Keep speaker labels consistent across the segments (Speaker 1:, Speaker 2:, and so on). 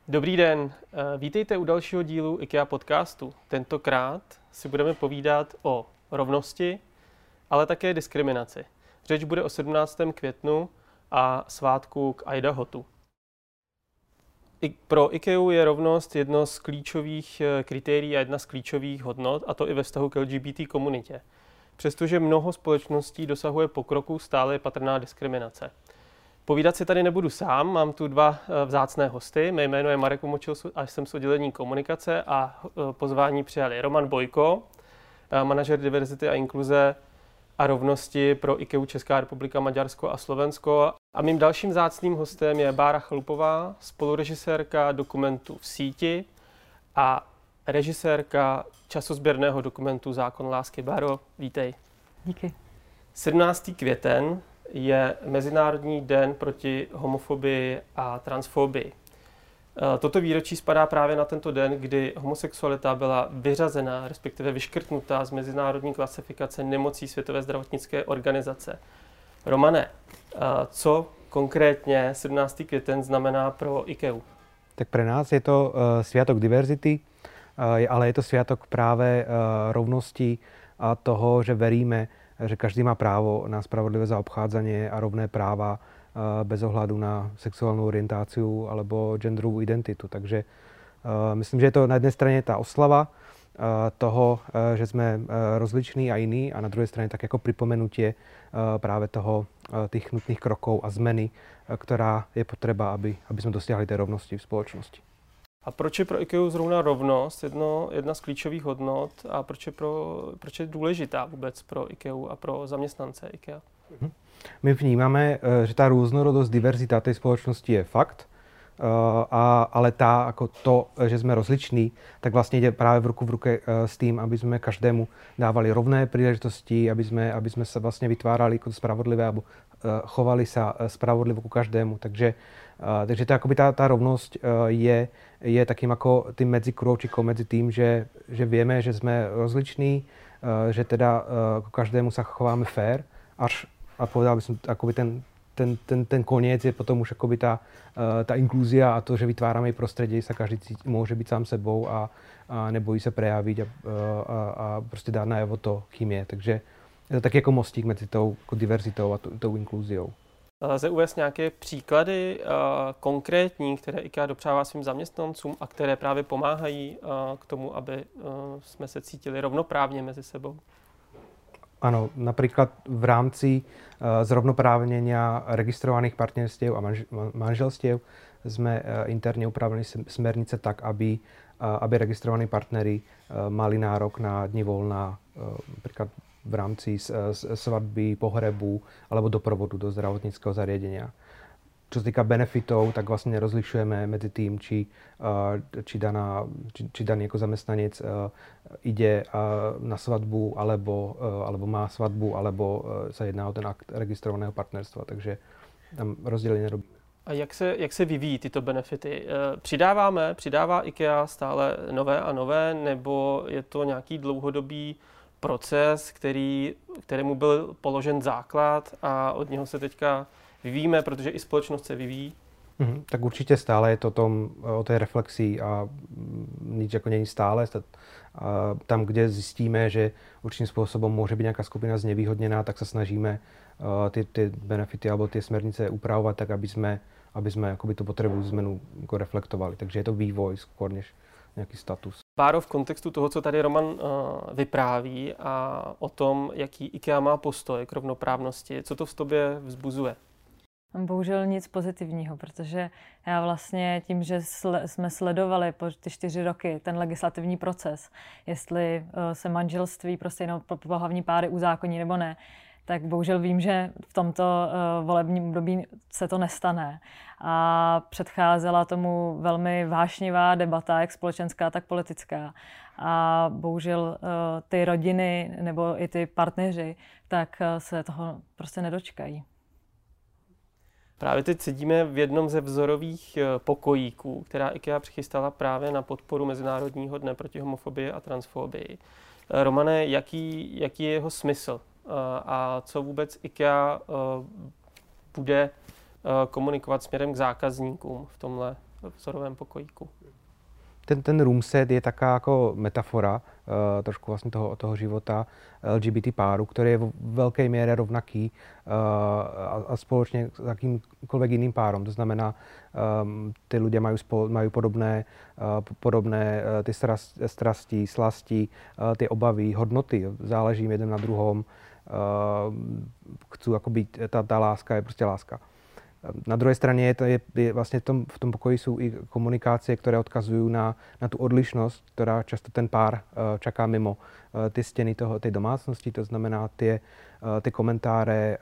Speaker 1: Dobrý den, vítejte u dalšího dílu IKEA podcastu. Tentokrát si budeme povídat o rovnosti, ale také diskriminaci. Řeč bude o 17. květnu a svátku k Aida Hotu. Pro IKEA je rovnost jedno z klíčových kritérií a jedna z klíčových hodnot, a to i ve vztahu k LGBT komunitě. Přestože mnoho společností dosahuje pokroku, stále je patrná diskriminace. Povídat si tady nebudu sám, mám tu dva vzácné hosty. Mé jméno je Marek Omočil a jsem z oddělení komunikace a pozvání přijali Roman Bojko, manažer diverzity a inkluze a rovnosti pro IKEA Česká republika, Maďarsko a Slovensko. A mým dalším vzácným hostem je Bára Chalupová, spolurežisérka dokumentu V síti a režisérka časozběrného dokumentu Zákon lásky. Báro, vítej.
Speaker 2: Díky.
Speaker 1: 17. květen je Mezinárodní den proti homofobii a transfobii. Toto výročí spadá právě na tento den, kdy homosexualita byla vyřazena, respektive vyškrtnutá z mezinárodní klasifikace nemocí Světové zdravotnické organizace. Romane, co konkrétně 17. květen znamená pro IKEA?
Speaker 3: Tak pre nás je to sviatok diverzity, ale je to sviatok práve rovnosti a toho, že veríme, že každý má právo na spravodlivé zaobchádzanie a rovné práva bez ohľadu na sexuálnu orientáciu alebo genderovú identitu. Takže myslím, že je to na jednej strane tá oslava toho, že sme rozliční a iní, a na druhej strane tak ako pripomenutie práve toho tých nutných krokov a zmeny, ktorá je potreba, aby sme dosiahli tej rovnosti v spoločnosti.
Speaker 1: A proč je pro IKEA zrovna rovnost jedna z klíčových hodnot a proč je důležitá vůbec pro IKEA a pro zaměstnance IKEA?
Speaker 3: My vnímame, že tá rôznorodosť, diverzita tej spoločnosti je fakt, ale ako to, že sme rozliční, tak vlastne ide práve v ruku v ruke s tým, aby sme každému dávali rovné príležitosti, aby sme sa vlastne vytvárali ako spravodlivé alebo chovali sa spravodlivo ku každému. Takže to akoby tá rovnosť je takým ako tým medzikrôčikom medzi tým, že vieme, že sme rozliční, že teda ku každému sa chováme fair, a povedal by som, akoby ten koniec je potom už akoby tá inklúzia a to, že vytvárame prostredie, sa každý môže byť sám sebou a nebojí sa prejaviť a proste dať najavo to, kým je. Takže je to taký ako mostík medzi tou diverzitou a tou inklúziou.
Speaker 1: Lze uvést nějaké příklady konkrétní, které IKEA dopřává svým zaměstnancům a které právě pomáhají k tomu, aby jsme se cítili rovnoprávně mezi sebou?
Speaker 3: Áno, napríklad v rámci zrovnoprávnenia registrovaných partnerstiev a manželstiev sme interne upravili smernice tak, aby registrovaní partneri mali nárok na dni voľna napríklad v rámci svadby, pohrebu alebo doprovodu do zdravotníckeho zariadenia. Čo sa týka benefitov, tak vlastne nerozlišujeme medzi tým, či daný ako zamestnanec ide na svadbu, alebo má svadbu, alebo sa jedná o ten akt registrovaného partnerstva. Takže tam rozdiely nerobíme.
Speaker 1: A jak se vyvíjí tyto benefity? Přidává IKEA stále nové a nové, nebo je to nějaký dlouhodobý proces, kterému byl položen základ a od něho se teďka vyvíjíme, protože i spoločnosť sa vyvíjí?
Speaker 3: Tak určite stále je to o tej reflexii a nič ako není stále. Tam, kde zistíme, že určitým spôsobom môže byť nejaká skupina znevýhodnená, tak sa snažíme tie benefity alebo tie smernice upravovať tak, aby sme akoby tú potrebu zmenu reflektovali. Takže je to vývoj skôr než nejaký status.
Speaker 1: Báro, v kontextu toho, co tady Roman vypráví a o tom, jaký IKEA má postoj k rovnoprávnosti, co to v tobě vzbuzuje?
Speaker 2: Bohužel nic pozitivního, protože já vlastně tím, že jsme sledovali po ty 4 roky ten legislativní proces, jestli se manželství prostě jenom pro pohlavní páry uzákoní nebo ne, tak bohužel vím, že v tomto volebním období se to nestane. A předcházela tomu velmi vášnivá debata, jak společenská, tak politická. A bohužel ty rodiny nebo i ty partneři tak se toho prostě nedočkají.
Speaker 1: Právě teď sedíme v jednom ze vzorových pokojíků, která IKEA přichystala právě na podporu Mezinárodního dne proti homofobii a transfobii. Romane, jaký je jeho smysl a co vůbec IKEA bude komunikovat směrem k zákazníkům v tomhle vzorovém pokojíku.
Speaker 3: Ten room set je taká jako metafora trošku vlastně toho života LGBT páru, který je v velké míře rovnaký a společně s jakýmkoliv jiným párom. To znamená, ty lidé mají podobné ty strasti, slasti, ty obavy, hodnoty. Záleží jeden na druhom. Chci jako být, ta láska je prostě láska. Na druhé straně je vlastně v tom pokoji jsou i komunikace, které odkazují na tu odlišnost, která často ten pár čaká mimo ty stěny té domácnosti, to znamená ty komentáře,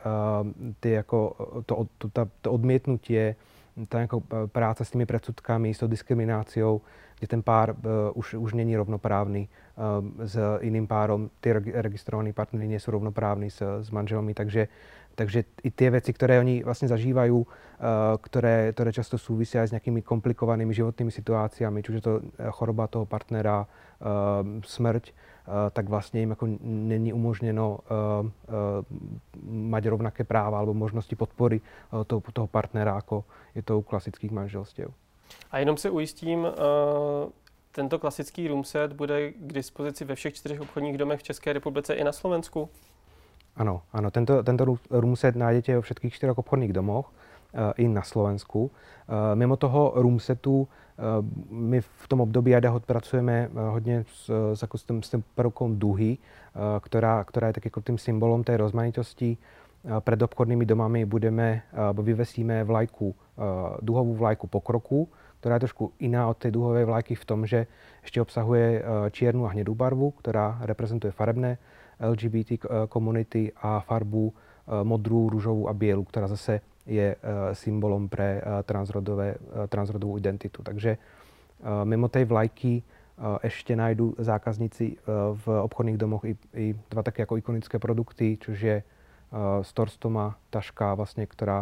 Speaker 3: to odmětnutí, ta jako práce s těmi predsudkami, s tou diskrimináciou, kde ten pár už není rovnoprávný s jiným párem, ty registrovaní partnery nejsou rovnoprávní s manželmi, takže i ty věci, které oni vlastně zažívají, které často souvisí s nějakými komplikovanými životními situacemi, či už je to choroba toho partnera, smrť, tak vlastně jim jako není umožněno mít rovnaké práva alebo možnosti podpory toho partnera, jako je to u klasických manželstiev.
Speaker 1: A jenom se ujistím, tento klasický room set bude k dispozici ve všech 4 obchodních domech v České republice i na Slovensku?
Speaker 3: Ano, tento room set najdete ve všetkých 4 obchodných domoch i na Slovensku. Mimo toho room setu my v tom období Idaho pracujeme hodně s tím prvkou duhy, která je tak jako tím symbolem té rozmanitosti. Před obchodnými domami vyvesíme vlajku, duhovou vlajku pokroku, která je trošku jiná od té duhové vlajky v tom, že ještě obsahuje čiernu a hnědou barvu, která reprezentuje farebné LGBT komunity a farbu modrou, růžovou a bělou, která zase je symbolem pro transrodovou identitu. Takže mimo té vlajky ještě najdu zákazníci v obchodních domoch i dva také jako ikonické produkty, což je Storstoma taška, vlastně, která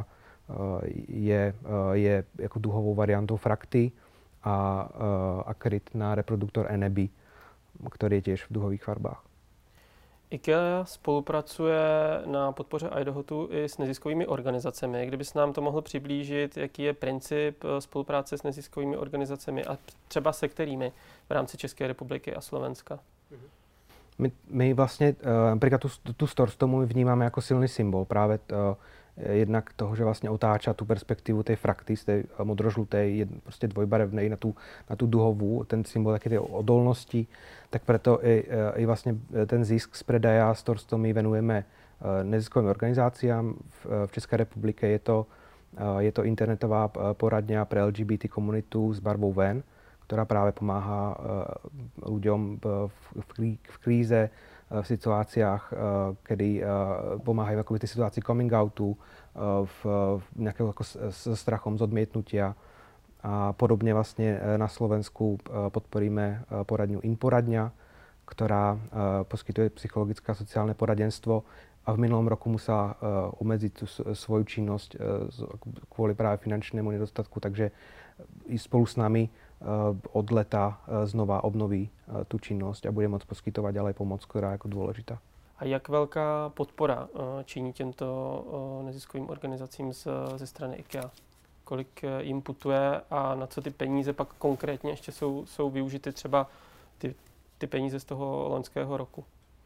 Speaker 3: je jako duhovou variantou frakty a kryt na reproduktor Enebi, který je těž v duhových farbách.
Speaker 1: IKEA spolupracuje na podpoře Idahotu i s neziskovými organizacemi. Kdybys nám to mohl přiblížit, jaký je princip spolupráce s neziskovými organizacemi a třeba se kterými v rámci České republiky a Slovenska?
Speaker 3: My vlastně například tu Storstomu vnímáme jako silný symbol právě jednak toho, že vlastně otáča tu perspektivu té frakty, z té modrožluté, prostě dvojbarevné na tu duhovou, ten symbol taky té odolnosti, tak proto i vlastně ten zisk z predaja Storstomy venujeme neziskovým organizacím. V České republice je to internetová poradňa pro LGBT komunitu s barvou ven, která právě pomáhá lidem v kríze, v situáciách, kdy pomáhají v ty situaci coming outu, v nějakého jako s strachom z odmětnutia. A podobně vlastně na Slovensku podporíme poradňu InPoradňa, která poskytuje psychologické a sociální poradenstvo a v minulém roku musela omezit tu svoji činnost kvůli právě finančnému nedostatku, takže i spolu s námi od leta znova obnoví tu činnost a bude moct poskytovat ďalej pomoc, která je jako důležitá.
Speaker 1: A jak velká podpora činí těmto neziskovým organizacím ze strany IKEA? Kolik jim putuje a na co ty peníze pak konkrétně ještě jsou využity, třeba ty peníze z toho loňského roku?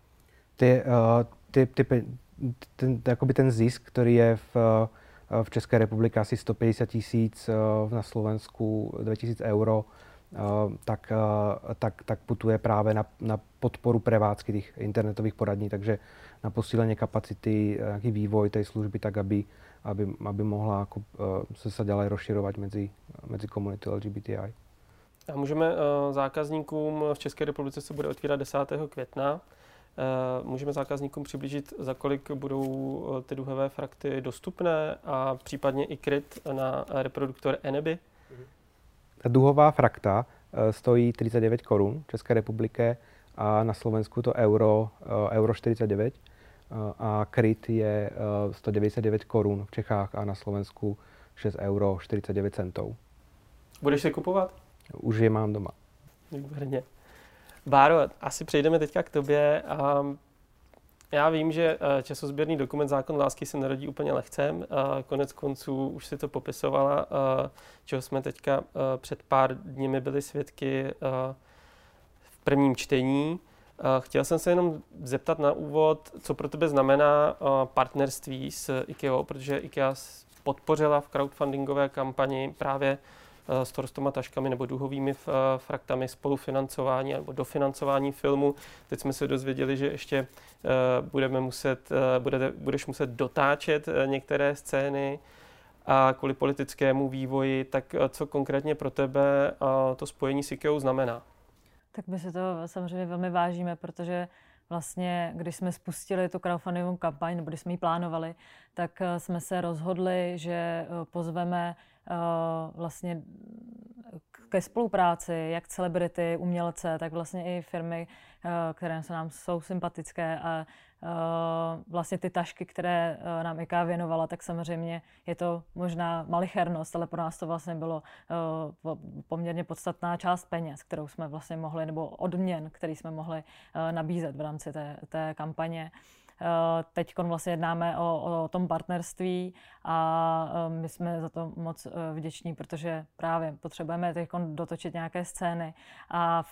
Speaker 1: Ten zisk, který je v České republice asi 150 000, na Slovensku 2000 euro, tak putuje právě na podporu prevádzky těch internetových poradní, takže na posílení kapacity, nějaký vývoj té služby, tak aby mohla jako, se dále rozširovat mezi komunitou LGBTI. A můžeme zákazníkům v České republice se bude otvírat 10. května. Můžeme zákazníkům přiblížit, za kolik budou ty duhové frakty dostupné a případně i kryt na reproduktor Enebi?
Speaker 3: Ta duhová frakta stojí 39 korun v České republice a na Slovensku to euro 49 a kryt je 199 korun v Čechách a na Slovensku 6 euro 49 centů.
Speaker 1: Budeš si kupovat?
Speaker 3: Už je mám doma.
Speaker 1: Výborně. Báro, asi přejdeme teďka k tobě. A Já vím, že časozběrný dokument Zákon lásky se nerodí úplně lehcem. Konec konců už si to popisovala, čeho jsme teďka před pár dněmi byli svědky v prvním čtení. Chtěl jsem se jenom zeptat na úvod, co pro tebe znamená partnerství s IKEA, protože IKEA podpořila v crowdfundingové kampani právě s Torstoma taškami nebo duhovými fraktami spolufinancování nebo dofinancování filmu. Teď jsme se dozvěděli, že ještě budeš muset dotáčet některé scény a kvůli politickému vývoji. Tak co konkrétně pro tebe to spojení s IKEA znamená?
Speaker 2: Tak my si to samozřejmě velmi vážíme, protože vlastně, když jsme spustili tu crowdfundingovou kampaň, nebo když jsme ji plánovali, tak jsme se rozhodli, že pozveme vlastně ke spolupráci jak celebrity, umělce, tak vlastně i firmy, které se nám jsou sympatické a vlastně ty tašky, které nám IKEA věnovala, tak samozřejmě je to možná malichernost, ale pro nás to vlastně bylo poměrně podstatná část peněz, kterou jsme vlastně mohli, nebo odměn, který jsme mohli nabízet v rámci té kampaně. Teď vlastně jednáme o tom partnerství a my jsme za to moc vděční, protože právě potřebujeme teď dotočit nějaké scény a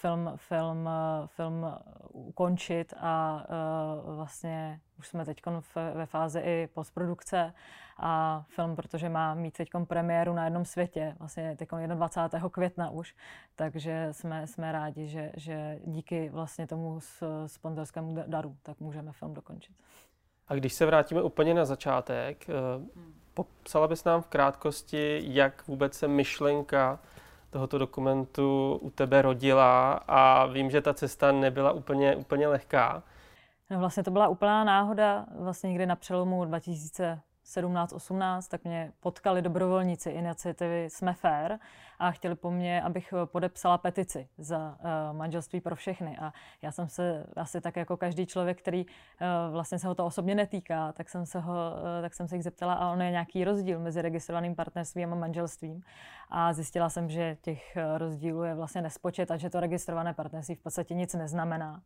Speaker 2: film ukončit a vlastně už jsme teď ve fázi i postprodukce a film, protože má mít teď premiéru na jednom světě, vlastně teď 21. května už, takže jsme rádi, že díky vlastně tomu sponzorskému daru tak můžeme film dokončit.
Speaker 1: A když se vrátíme úplně na začátek, popsala bys nám v krátkosti, jak vůbec se myšlenka tohoto dokumentu u tebe rodila a vím, že ta cesta nebyla úplně lehká.
Speaker 2: No vlastně to byla úplná náhoda, vlastně někdy na přelomu 2017-18, tak mě potkali dobrovolníci iniciativy Jsme fair a chtěli po mně, abych podepsala petici za manželství pro všechny. A já jsem se asi tak jako každý člověk, který vlastně se ho to osobně netýká, tak jsem se jich zeptala, a on je nějaký rozdíl mezi registrovaným partnerstvím a manželstvím. A zjistila jsem, že těch rozdílů je vlastně nespočet a že to registrované partnerství v podstatě nic neznamená.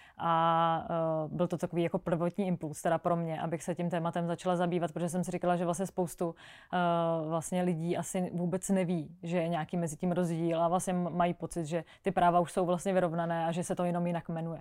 Speaker 2: A byl to takový jako prvotní impuls teda pro mě, abych se tím tématem začala zabývat, protože jsem si říkala, že vlastně spoustu vlastně lidí asi vůbec neví, že je nějaký mezi tím rozdíl a vlastně mají pocit, že ty práva už jsou vlastně vyrovnané a že se to jenom jinak jmenuje.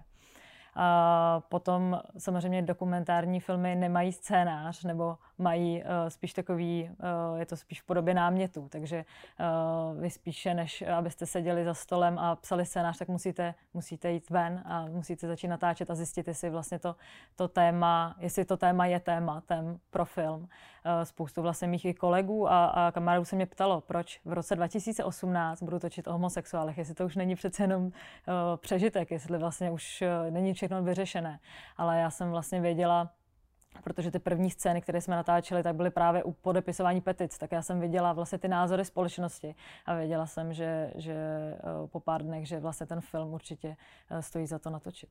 Speaker 2: A potom samozřejmě dokumentární filmy nemají scénář, nebo mají spíš takový, je to spíš v podobě námětů, takže vy spíše, než abyste seděli za stolem a psali scénář, tak musíte jít ven a musíte začít natáčet a zjistit, jestli vlastně to téma, jestli to téma je tématem pro film. Spoustu vlastně mých i kolegů a kamarádů se mě ptalo, proč v roce 2018 budu točit o homosexuálech, jestli to už není přece jenom přežitek, jestli vlastně už není všechno vyřešené. Ale já jsem vlastně věděla, protože ty první scény, které jsme natáčeli, tak byly právě u podepisování petic, tak já jsem viděla vlastně ty názory společnosti a věděla jsem, že po pár dnech, že vlastně ten film určitě stojí za to natočit.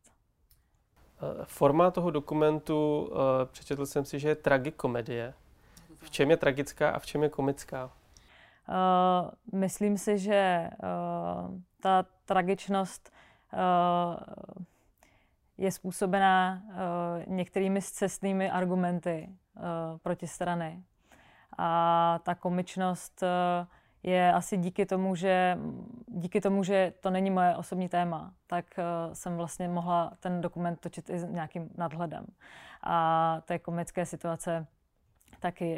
Speaker 1: Forma toho dokumentu, přečetl jsem si, že je tragikomedie. V čem je tragická a v čem je komická?
Speaker 2: Myslím si, že ta tragičnost je způsobená některými scestnými argumenty protistrany. A ta komičnost je asi díky tomu, že to není moje osobní téma, tak jsem vlastně mohla ten dokument točit i s nějakým nadhledem. A té komické situace taky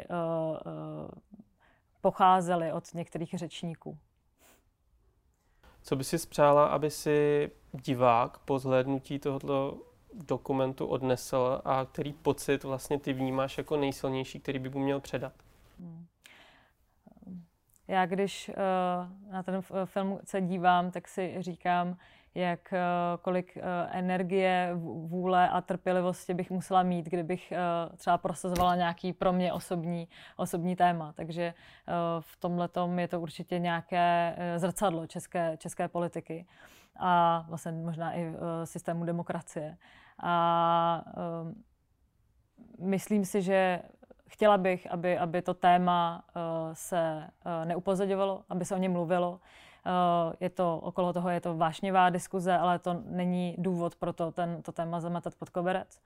Speaker 2: pocházely od některých řečníků.
Speaker 1: Co by si přála, aby si divák po zhlédnutí tohoto dokumentu odnesl a který pocit vlastně ty vnímáš jako nejsilnější, který by mu měl předat?
Speaker 2: Já když na ten film se dívám, tak si říkám, kolik energie, vůle a trpělivosti bych musela mít, kdybych třeba prosazovala nějaký pro mě osobní téma. Takže v tomhletom je to určitě nějaké zrcadlo české politiky a vlastně možná i systému demokracie. A myslím si, že chtěla bych, aby to téma se neupozaďovalo, aby se o něm mluvilo. Okolo toho je to vášnivá diskuze, ale to není důvod pro to téma zametat pod koberec.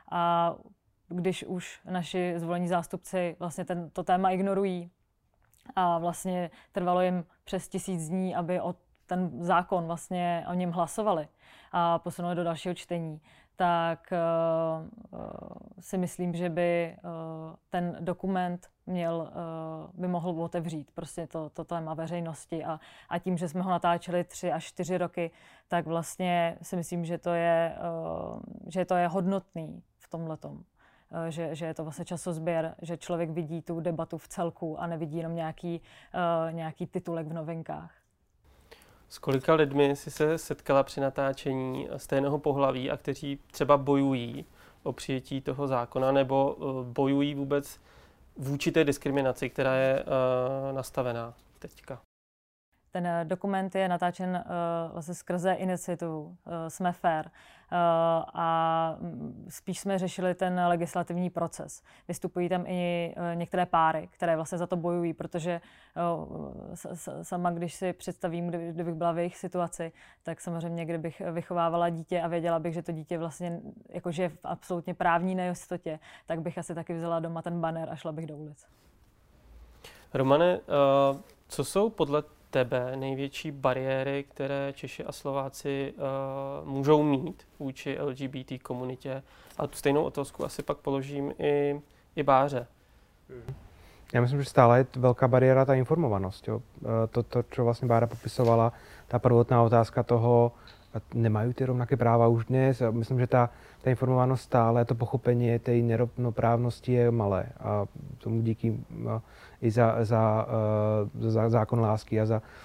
Speaker 2: A když už naši zvolení zástupci vlastně to téma ignorují a vlastně trvalo jim přes 1000 dní, aby ten zákon vlastně o něm hlasovali a posunuli do dalšího čtení, tak si myslím, že by ten dokument by mohl otevřít prostě to téma veřejnosti a tím, že jsme ho natáčeli 3 až 4 roky, tak vlastně si myslím, že to je hodnotný v tomhletom. Že je to vlastně časozběr, že člověk vidí tu debatu v celku a nevidí jenom nějaký titulek v novinkách.
Speaker 1: S kolika lidmi jsi se setkala při natáčení stejného pohlaví a kteří třeba bojují o přijetí toho zákona nebo bojují vůbec vůči té diskriminaci, která je nastavená teďka?
Speaker 2: Ten dokument je natáčen vlastně skrze iniciativu Jsme fair a spíš jsme řešili ten legislativní proces. Vystupují tam i některé páry, které vlastně za to bojují, protože sama, když si představím, kdybych byla v jejich situaci, tak samozřejmě, kdybych vychovávala dítě a věděla bych, že to dítě vlastně jakože je v absolutně právní nejistotě, tak bych asi taky vzala doma ten banner a šla bych do ulic.
Speaker 1: Romane, co jsou podle tebe největší bariéry, které Češi a Slováci můžou mít vůči LGBT komunitě? A tu stejnou otázku asi pak položím i Báře.
Speaker 3: Já myslím, že stále je velká bariéra ta informovanost. Jo. To, co vlastně Bára popisovala, ta prvotná otázka toho, nemají ty rovnaké práva už dnes. Myslím, že ta informovanost stále, to pochopení té nerovnoprávnosti je malé. A tomu díky i za zákon lásky a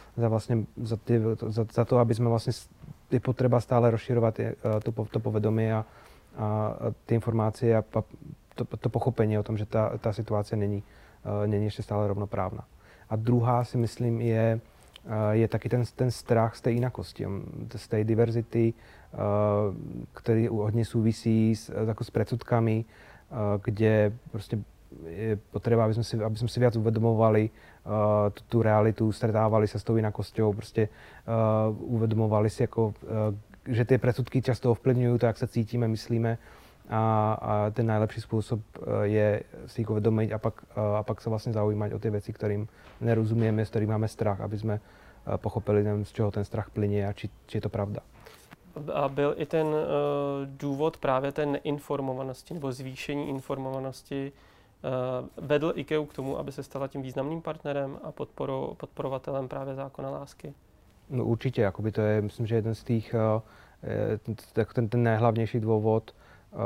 Speaker 3: za to, aby jsme vlastně je potřeba stále rozširovat to povědomí a ty informace a to pochopení o tom, že ta situace není ještě stále rovnoprávná. A druhá si myslím je taky ten strach z té jinakosti, z té diverzity, který hodně souvisí s predsudkami, kde prostě je potřeba, aby jsme si víc uvědomovali tu realitu, stretávali se s tou jinakosťou, prostě uvědomovali si, že ty predsudky často ovplyvňují to, jak se cítíme, myslíme, a ten nejlepší způsob je si jich uvědomit a pak se vlastně zaujímat o ty věci, kterým nerozumíme, s kterými máme strach, aby jsme pochopili, z čeho ten strach plyne a či je to pravda.
Speaker 1: A byl i ten důvod právě té neinformovanosti nebo zvýšení informovanosti vedl IKEA k tomu, aby se stala tím významným partnerem a podporovatelem právě zákona lásky?
Speaker 3: No určitě, to je, myslím, že jeden z těch, ten nejhlavnější důvod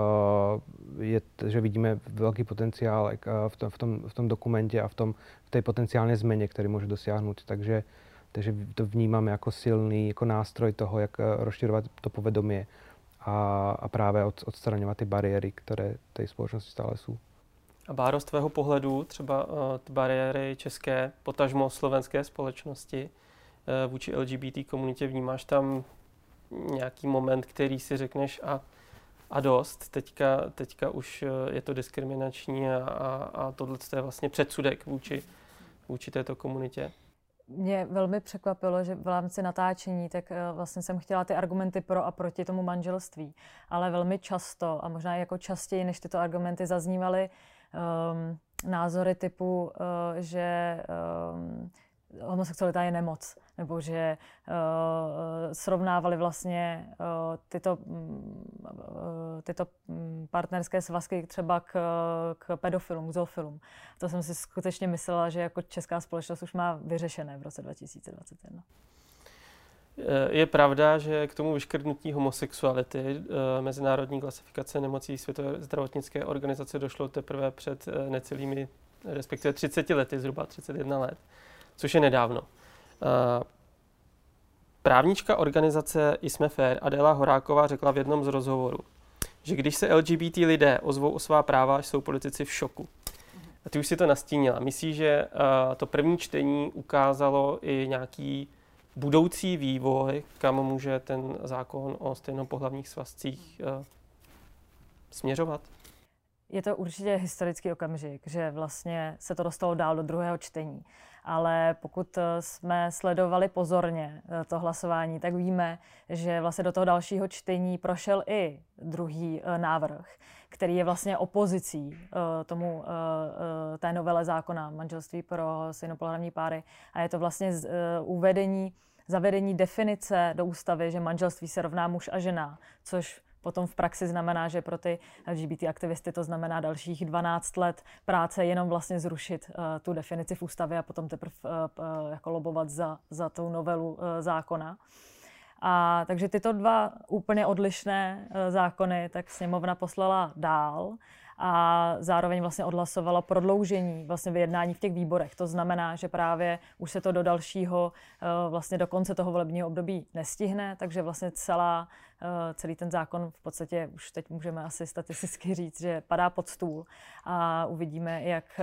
Speaker 3: je, že vidíme velký potenciál v tom dokumentě a v té potenciální změně, který může dosáhnout. Takže to vnímáme jako silný jako nástroj toho, jak rozširovat to povědomí a právě odstraňovat ty bariéry, které v té společnosti stále jsou.
Speaker 1: A Báro, z tvého pohledu třeba ty bariéry české, potažmo slovenské společnosti vůči LGBT komunitě, vnímáš tam nějaký moment, který si řekneš a dost, teďka už je to diskriminační a tohle je vlastně předsudek vůči této komunitě?
Speaker 2: Mě velmi překvapilo, že v rámci natáčení tak vlastně jsem chtěla ty argumenty pro a proti tomu manželství, ale velmi často a možná jako častěji, než tyto argumenty zaznívaly, názory typu, že homosexualita je nemoc, nebo že srovnávali vlastně tyto partnerské svazky třeba k pedofilům, k zoofilům. To jsem si skutečně myslela, že jako česká společnost už má vyřešené v roce 2021.
Speaker 1: Je pravda, že k tomu vyškrtnutí homosexuality mezinárodní klasifikace nemocí Světové zdravotnické organizace došlo teprve před necelými, respektive 30 lety, zhruba 31 let, což je nedávno. Právnička organizace Jsme fair Adéla Horáková řekla v jednom z rozhovorů, že když se LGBT lidé ozvou o svá práva, jsou politici v šoku. A ty už si to nastínila. Myslíš, že to první čtení ukázalo i nějaký budoucí vývoj, kam může ten zákon o stejnopohlavních svazcích směřovat?
Speaker 2: Je to určitě historický okamžik, že vlastně se to dostalo dál do druhého čtení. Ale pokud jsme sledovali pozorně to hlasování, tak víme, že vlastně do toho dalšího čtení prošel i druhý návrh, který je vlastně opozicí tomu té novele zákona manželství pro stejnopohlavní páry. A je to vlastně zavedení definice do ústavy, že manželství se rovná muž a žena, což potom v praxi znamená, že pro ty LGBT aktivisty to znamená dalších 12 let práce jenom vlastně zrušit tu definici v ústavě a potom teprve jako lobovat za tou novelu zákona. A takže tyto dva úplně odlišné zákony tak sněmovna poslala dál a zároveň vlastně odhlasovala prodloužení vlastně vyjednání v těch výborech. To znamená, že právě už se to do dalšího, vlastně do konce toho volebního období nestihne, takže vlastně celý ten zákon v podstatě už teď můžeme asi statisticky říct, že padá pod stůl a uvidíme, jak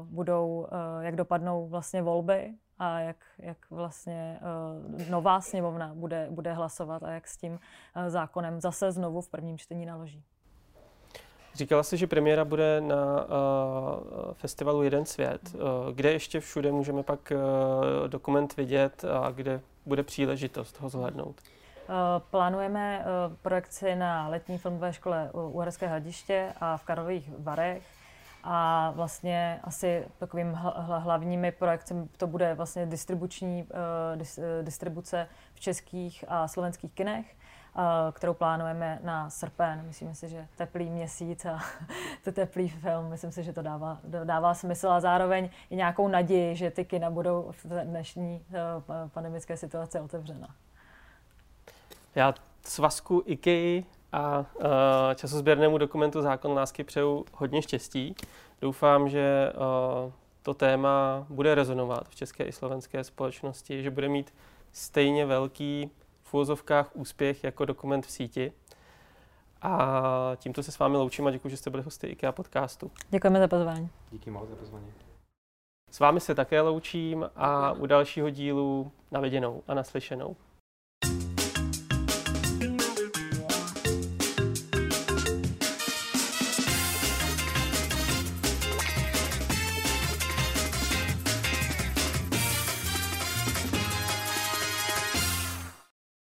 Speaker 2: dopadnou vlastně volby a jak vlastně nová sněmovna bude hlasovat a jak s tím zákonem zase znovu v prvním čtení naloží.
Speaker 1: Říkala jsi, že premiéra bude na festivalu Jeden svět. Kde ještě všude můžeme pak dokument vidět a kde bude příležitost ho zhlédnout?
Speaker 2: Plánujeme projekci na letní filmové škole Uherské Hradiště a v Karlových Varech. A vlastně asi takovým hlavními projekcemi to bude vlastně distribuce v českých a slovenských kinech, kterou plánujeme na srpen. Myslíme si, že teplý měsíc a to teplý film, myslím si, že to dává smysl a zároveň i nějakou naději, že ty kina budou v dnešní pandemické situaci otevřena.
Speaker 1: Já svazku IKEA a časozběrnému dokumentu Zákon lásky přeju hodně štěstí. Doufám, že to téma bude rezonovat v české i slovenské společnosti, že bude mít stejně velký v uvozovkách úspěch jako dokument v síti. A tímto se s vámi loučím a děkuji, že jste byli hosty IKEA podcastu.
Speaker 2: Děkujeme za pozvání.
Speaker 3: Díky moc za pozvání.
Speaker 1: S vámi se také loučím a u dalšího dílu na viděnou a naslyšenou.